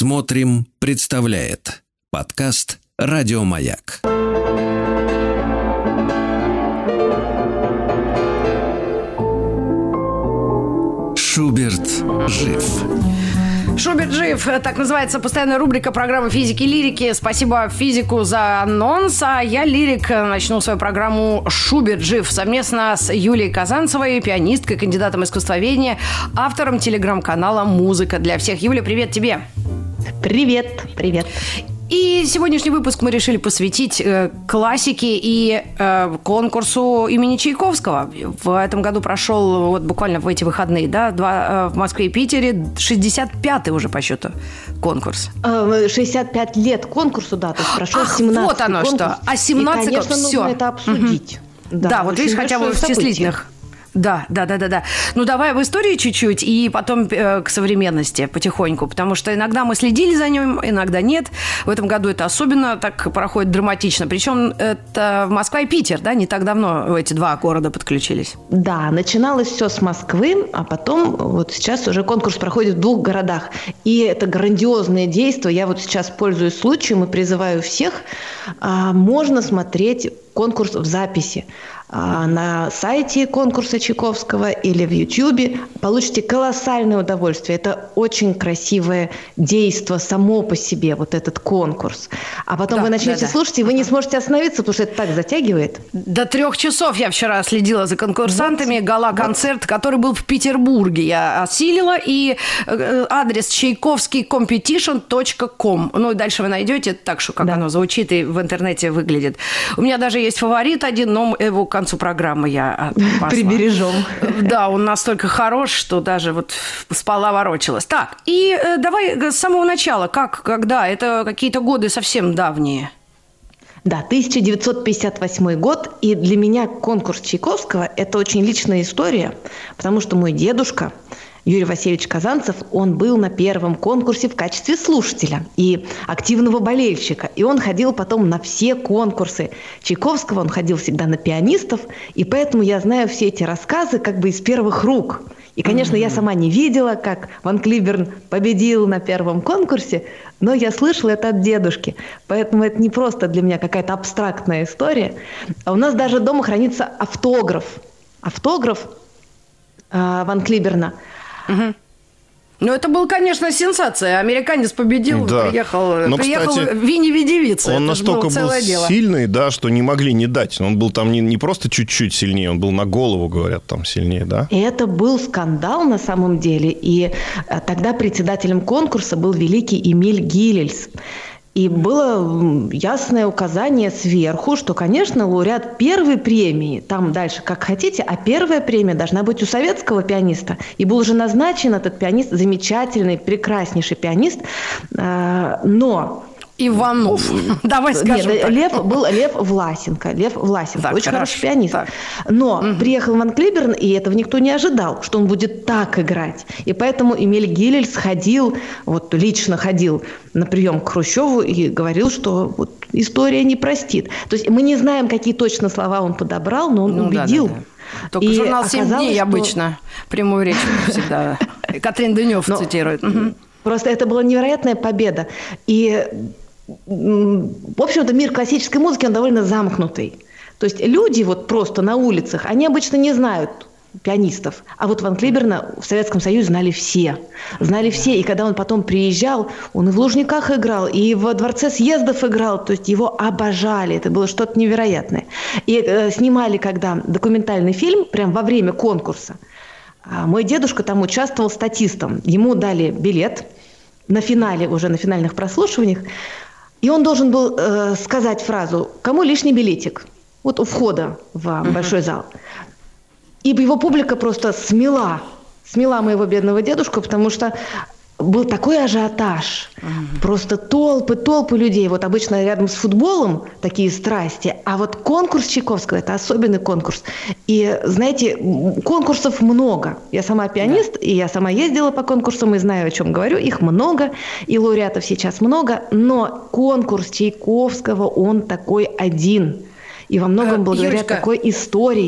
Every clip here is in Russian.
Смотрим, представляет подкаст «Радио Маяк». Шуберт жив. Шуберт жив. Так называется постоянная рубрика программы «Физики и лирики». Спасибо физику за анонс. А я, лирик, начну свою программу «Шуберт жив» совместно с Юлией Казанцевой, пианисткой, кандидатом искусствоведения, автором телеграм-канала «Музыка для всех». Юля, привет тебе. Привет, привет. И сегодняшний выпуск мы решили посвятить классике и конкурсу имени Чайковского. В этом году прошел вот буквально в эти выходные, да, в Москве и Питере 65-й уже по счету конкурс. 65 лет конкурсу, да, то есть прошел 17-й вот оно конкурс. что. А 17-й, конечно, все. нужно это обсудить. Угу. Да, вот видишь, хотя бы в числительных. Да. Ну, давай в истории чуть-чуть и потом к современности потихоньку, потому что иногда мы следили за ним, иногда нет. В этом году это особенно так проходит драматично. Причем это Москва и Питер, да, не так давно эти два города подключились. Да, начиналось все с Москвы, а потом вот сейчас уже конкурс проходит в двух городах. И это грандиозное действие. Я вот сейчас пользуюсь случаем и призываю всех. Можно смотреть конкурс в записи. На сайте конкурса Чайковского или в Ютьюбе получите колоссальное удовольствие. Это очень красивое действо само по себе, вот этот конкурс. А потом вы начнете слушать, и вы не сможете остановиться, потому что это так затягивает. До 3 часов я вчера следила за конкурсантами. Гала-концерт, который был в Петербурге, я осилила. И адрес чайковскийcompetition.com. Ну и дальше вы найдете так, что как оно звучит и в интернете выглядит. У меня даже есть фаворит один, но его к концу программы я прибережем. Да, он настолько хорош, что даже вот спала, ворочалась. Так, и давай с самого начала. Когда? Это какие-то годы совсем давние. Да, 1958 год. И для меня конкурс Чайковского – это очень личная история, потому что мой дедушка Юрий Васильевич Казанцев, он был на первом конкурсе в качестве слушателя и активного болельщика. И он ходил потом на все конкурсы Чайковского, он ходил всегда на пианистов. И поэтому я знаю все эти рассказы как бы из первых рук. И, конечно, я сама не видела, как Ван Клиберн победил на первом конкурсе, но я слышала это от дедушки. Поэтому это не просто для меня какая-то абстрактная история. А у нас даже дома хранится автограф. Автограф Ван Клиберна. Угу. Ну, это был, конечно, сенсация. Американец победил, да. приехал кстати, Винни в виде девицы. Он настолько был сильный, да, что не могли не дать. Он был там не просто чуть-чуть сильнее, он был на голову, говорят, там сильнее, да? И это был скандал на самом деле. И тогда председателем конкурса был великий Эмиль Гилельс. И было ясное указание сверху, что, конечно, лауреат первой премии, там дальше как хотите, а первая премия должна быть у советского пианиста. И был уже назначен этот пианист, замечательный, прекраснейший пианист, но... Иванов. Давай скажем так. Был Лев Власенко. Так, очень хороший пианист. Так. Но приехал Ван Клиберн, и этого никто не ожидал, что он будет так играть. И поэтому Эмиль Гилельс лично ходил на прием к Хрущеву и говорил, что вот история не простит. То есть мы не знаем, какие точно слова он подобрал, но он убедил. Да. Только и журнал «7 дней» обычно прямую речь всегда. Катрин Денёв цитирует. Просто это была невероятная победа. И в общем-то, мир классической музыки, он довольно замкнутый. То есть люди вот просто на улицах, они обычно не знают пианистов. А вот Ван Клиберна в Советском Союзе знали все. И когда он потом приезжал, он и в Лужниках играл, и во Дворце съездов играл. То есть его обожали. Это было что-то невероятное. И снимали когда документальный фильм, прямо во время конкурса. Мой дедушка там участвовал статистом. Ему дали билет на финальных прослушиваниях. И он должен был сказать фразу «Кому лишний билетик?» Вот у входа в большой зал. И его публика просто смела моего бедного дедушку, потому что был такой ажиотаж. Просто толпы людей. Вот обычно рядом с футболом такие страсти. А вот конкурс Чайковского – это особенный конкурс. И, знаете, конкурсов много. Я сама пианист, и я сама ездила по конкурсам и знаю, о чем говорю. Их много, и лауреатов сейчас много. Но конкурс Чайковского, он такой один. И во многом благодаря такой истории.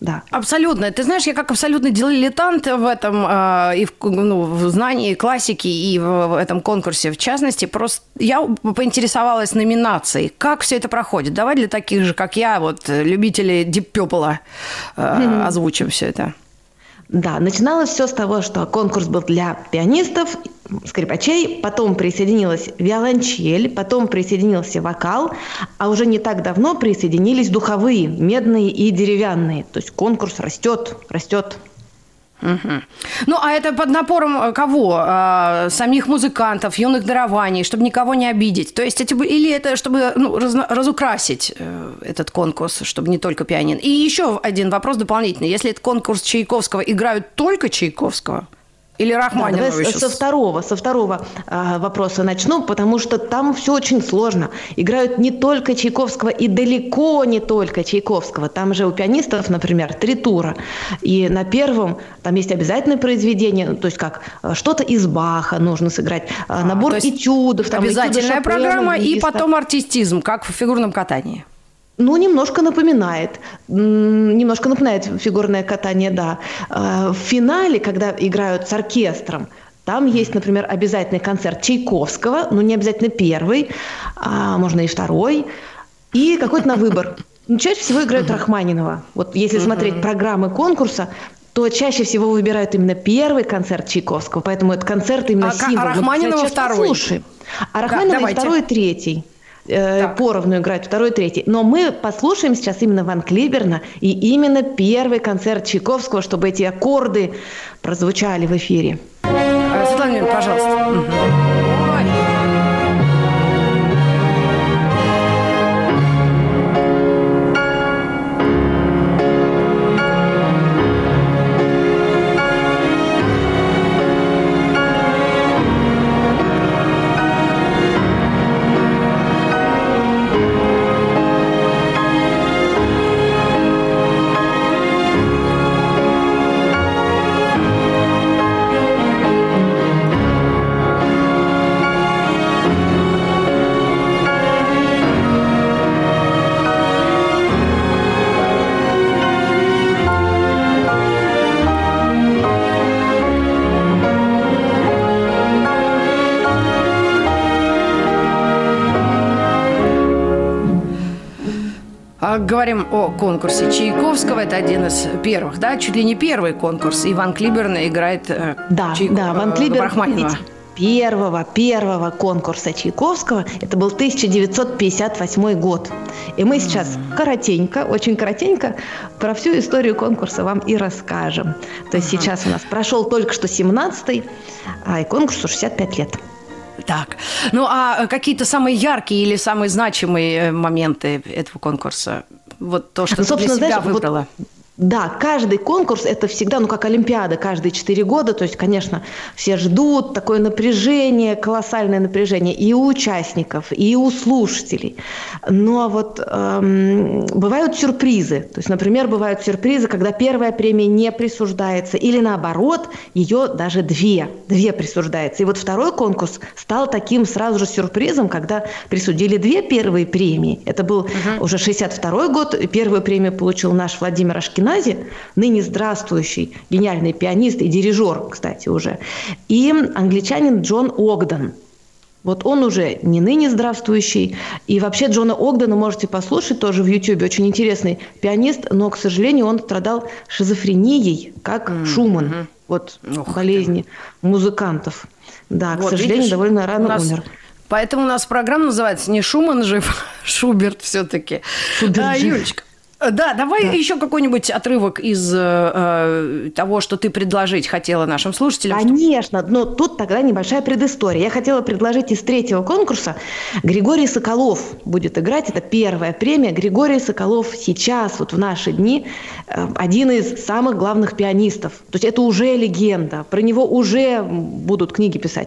Да. Абсолютно. Ты знаешь, я как абсолютно дилетант в этом, и в знании классики, и в этом конкурсе, в частности, просто я поинтересовалась номинацией. Как все это проходит? Давай для таких же, как я, вот, любителей Deep Purple, озвучим все это. Да, начиналось все с того, что конкурс был для пианистов, скрипачей, потом присоединилась виолончель, потом присоединился вокал, а уже не так давно присоединились духовые, медные и деревянные. То есть конкурс растет. Угу. Ну, а это под напором кого? Самих музыкантов, юных дарований, чтобы никого не обидеть? То есть или это чтобы разукрасить этот конкурс, чтобы не только пианино? И еще один вопрос дополнительный. Если это конкурс Чайковского, играют только Чайковского? Или Рахманинова? Да, давай со второго вопроса начну, потому что там все очень сложно. Играют не только Чайковского и далеко не только Чайковского. Там же у пианистов, например, 3 тура. И на первом там есть обязательное произведение, то есть как что-то из Баха нужно сыграть, набор этюдов. Там, обязательная программа и потом артистизм, как в фигурном катании. Ну, немножко напоминает фигурное катание, да. В финале, когда играют с оркестром, там есть, например, обязательный концерт Чайковского, но не обязательно первый, а можно и второй, и какой-то на выбор. Чаще всего играют Рахманинова. Вот если смотреть программы конкурса, то чаще всего выбирают именно первый концерт Чайковского, поэтому это концерт именно символ. А Рахманинова второй. А Рахманинова второй и третий. Поровну играть, 2 и 3. Но мы послушаем сейчас именно Ван Клиберна и именно первый концерт Чайковского, чтобы эти аккорды прозвучали в эфире. Светлана Юрьевна, пожалуйста. Говорим о конкурсе Чайковского. Это один из первых, да? Чуть ли не первый конкурс. И Ван Клиберна играет Ван Клиберна первого конкурса Чайковского. Это был 1958 год. И мы сейчас очень коротенько про всю историю конкурса вам и расскажем. То есть сейчас у нас прошел только что 17-й, и конкурсу 65 лет. Так, ну а какие-то самые яркие или самые значимые моменты этого конкурса? Вот то, что ты для себя выбрала. Да, каждый конкурс – это всегда, как Олимпиада, каждые 4 года. То есть, конечно, все ждут, такое напряжение, колоссальное напряжение и у участников, и у слушателей. Но вот бывают сюрпризы. То есть, например, бывают сюрпризы, когда первая премия не присуждается, или наоборот, ее даже две присуждается. И вот второй конкурс стал таким сразу же сюрпризом, когда присудили 2 первые премии. Это был уже 62-й год, и первую премию получил наш Владимир Ашкенази, ныне здравствующий гениальный пианист и дирижер, кстати, уже, и англичанин Джон Огден. Вот он уже не ныне здравствующий. И вообще Джона Огдена можете послушать тоже в Ютьюбе. Очень интересный пианист, но, к сожалению, он страдал шизофренией, как Шуман. Вот болезни музыкантов. Да, к сожалению, видишь, довольно рано умер. Поэтому у нас программа называется не «Шуман жив», Шуберт все-таки. Юлечка. Да, давай еще какой-нибудь отрывок из того, что ты предложить хотела нашим слушателям. Конечно, но тут тогда небольшая предыстория. Я хотела предложить из 3-го конкурса. Григорий Соколов будет играть. Это первая премия. Григорий Соколов сейчас, вот в наши дни, один из самых главных пианистов. То есть это уже легенда. Про него уже будут книги писать.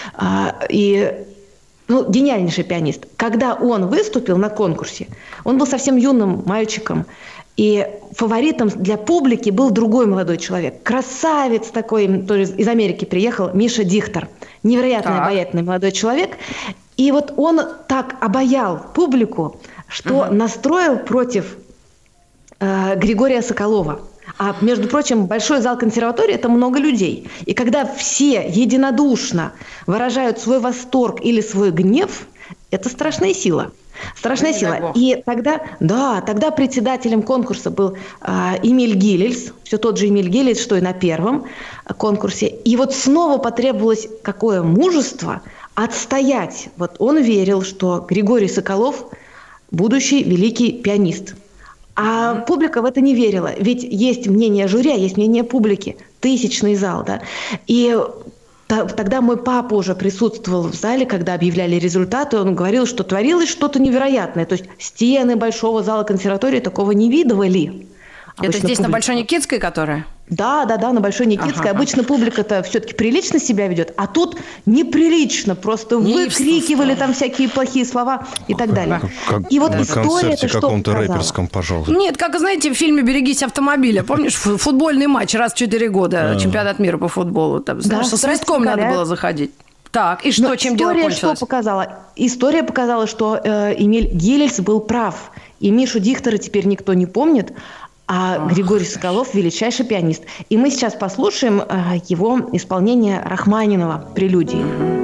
Гениальнейший пианист. Когда он выступил на конкурсе, он был совсем юным мальчиком, и фаворитом для публики был другой молодой человек. Красавец такой, тоже из Америки приехал, Миша Дихтер. Невероятно обаятельный молодой человек. И вот он так обаял публику, что настроил против Григория Соколова. А, между прочим, большой зал консерватории – это много людей. И когда все единодушно выражают свой восторг или свой гнев, это страшная сила. Страшная сила. И тогда председателем конкурса был Эмиль Гилельс, все тот же Эмиль Гилельс, что и на первом конкурсе. И вот снова потребовалось какое мужество отстоять. Вот он верил, что Григорий Соколов – будущий великий пианист. А публика в это не верила. Ведь есть мнение жюри, есть мнение публики. Тысячный зал, да. И тогда мой папа уже присутствовал в зале, когда объявляли результаты. Он говорил, что творилось что-то невероятное. То есть стены большого зала консерватории такого не видывали. Это здесь на Большой Никитской, которая? Да, на Большой Никитской. Обычно публика-то все-таки прилично себя ведет, а тут неприлично. Просто выкрикивали там всякие плохие слова и так далее. И вот история это что каком-то рэперском, пожалуйста. Нет, как, знаете, в фильме «Берегись автомобиля». Помнишь, футбольный матч раз в 4 года, чемпионат мира по футболу. Там, со свистком надо было заходить. Так, и что, чем дело кончилось? Что показала? История показала, что Эмиль Гилельс был прав. И Мишу Дихтера теперь никто не помнит, а Григорий Соколов – величайший пианист. И мы сейчас послушаем его исполнение Рахманинова «Прелюдии».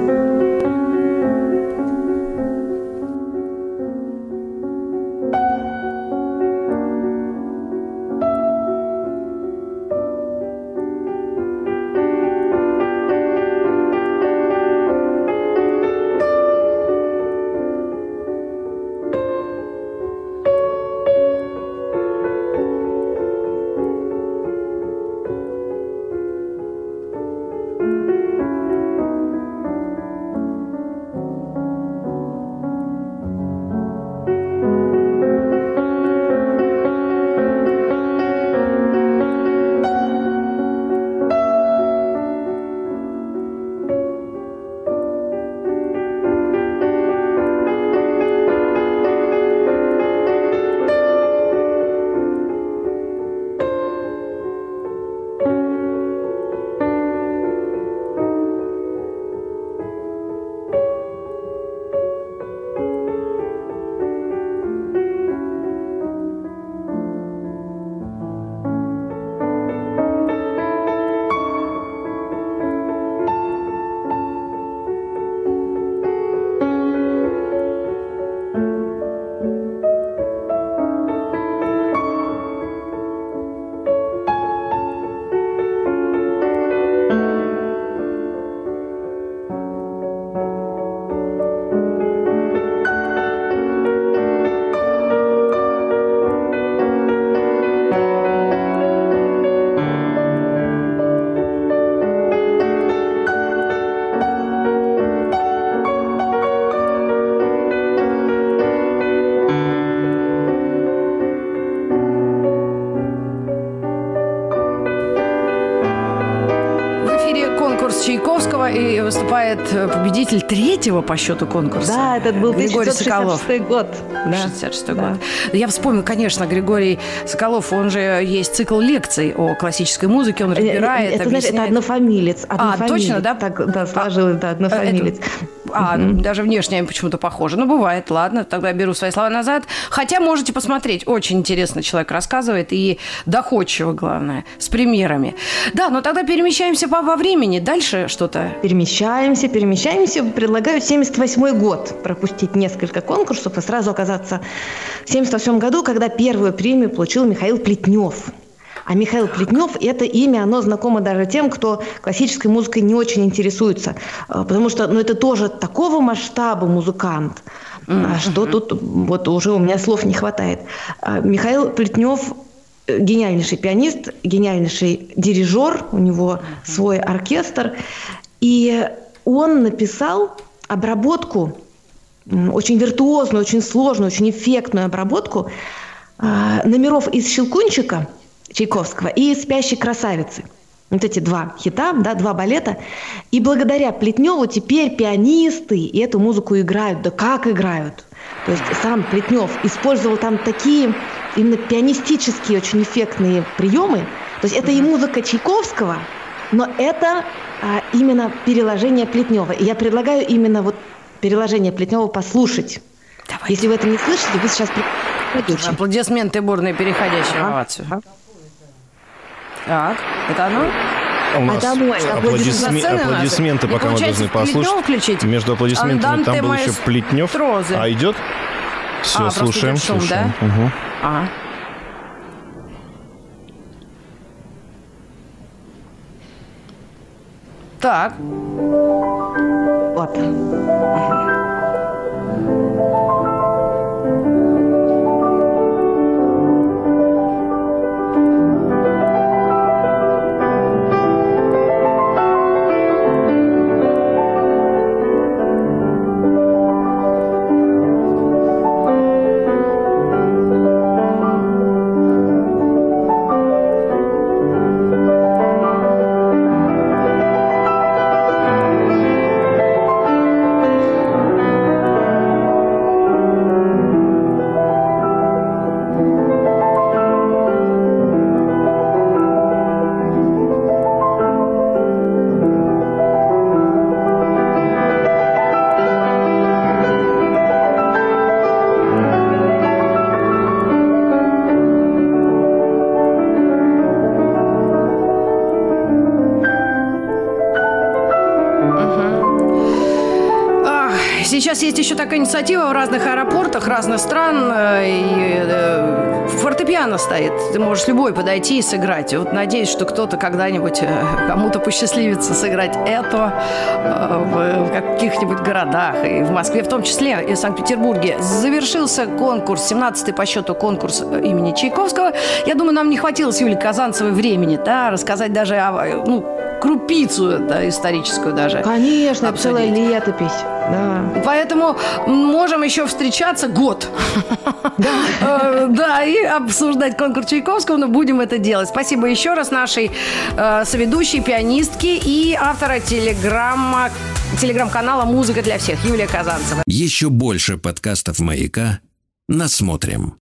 Чайковского, и выступает победитель 3-го по счету конкурса. Да, этот был 1966 год. 1966 год. Я вспомнила, конечно, Григорий Соколов, он же есть цикл лекций о классической музыке, он разбирает, это, знаешь, это однофамилец. Точно, да? Так, да, сложилось, да, однофамилец. Даже внешне они почему-то похожи. Ну, бывает, ладно, тогда беру свои слова назад. Хотя можете посмотреть, очень интересно человек рассказывает, и доходчиво, главное, с примерами. Да, но тогда перемещаемся во времени. Дальше что-то? Перемещаемся. Предлагаю 78 год пропустить несколько конкурсов и сразу оказаться в 78 году, когда первую премию получил Михаил Плетнев. А Михаил Плетнев – это имя, оно знакомо даже тем, кто классической музыкой не очень интересуется. Потому что это тоже такого масштаба музыкант, что тут вот уже у меня слов не хватает. Михаил Плетнев – гениальнейший пианист, гениальнейший дирижер, у него свой оркестр. И он написал обработку, очень виртуозную, очень сложную, очень эффектную обработку номеров из «Щелкунчика» Чайковского и «Спящей красавицы». Вот эти два хита, да, два балета. И благодаря Плетневу теперь пианисты и эту музыку играют. Да как играют? То есть сам Плетнев использовал там такие именно пианистические, очень эффектные приемы. То есть это и музыка Чайковского, но это именно переложение Плетнева. И я предлагаю именно вот переложение Плетнева послушать. Давайте. Если вы это не слышали, вы сейчас... Аплодисменты бурные, переходящие в овацию. Так, это оно? У нас аплодисменты, пока мы должны послушать. Между аплодисментами там был еще Плетнев. А идет? Все, слушаем. Шум, слушаем. Да? Угу. Ага. Так. Вот. Сейчас есть еще такая инициатива в разных аэропортах разных стран, и фортепиано стоит. Ты можешь любой подойти и сыграть. Вот надеюсь, что кто-то когда-нибудь, кому-то посчастливится сыграть это в каких-нибудь городах, и в Москве в том числе, и в Санкт-Петербурге. Завершился конкурс, 17-й по счету конкурс имени Чайковского. Я думаю, нам не хватило с Юлией Казанцевой времени, да, рассказать даже о, крупицу, да, историческую даже. Конечно, обсудить. Целая летопись. Да. Поэтому можем еще встречаться год. Да, и обсуждать конкурс Чайковского, но будем это делать. Спасибо еще раз нашей соведущей, пианистке и автора телеграм-канала «Музыка для всех» Юлия Казанцева. Еще больше подкастов «Маяка» насмотрим.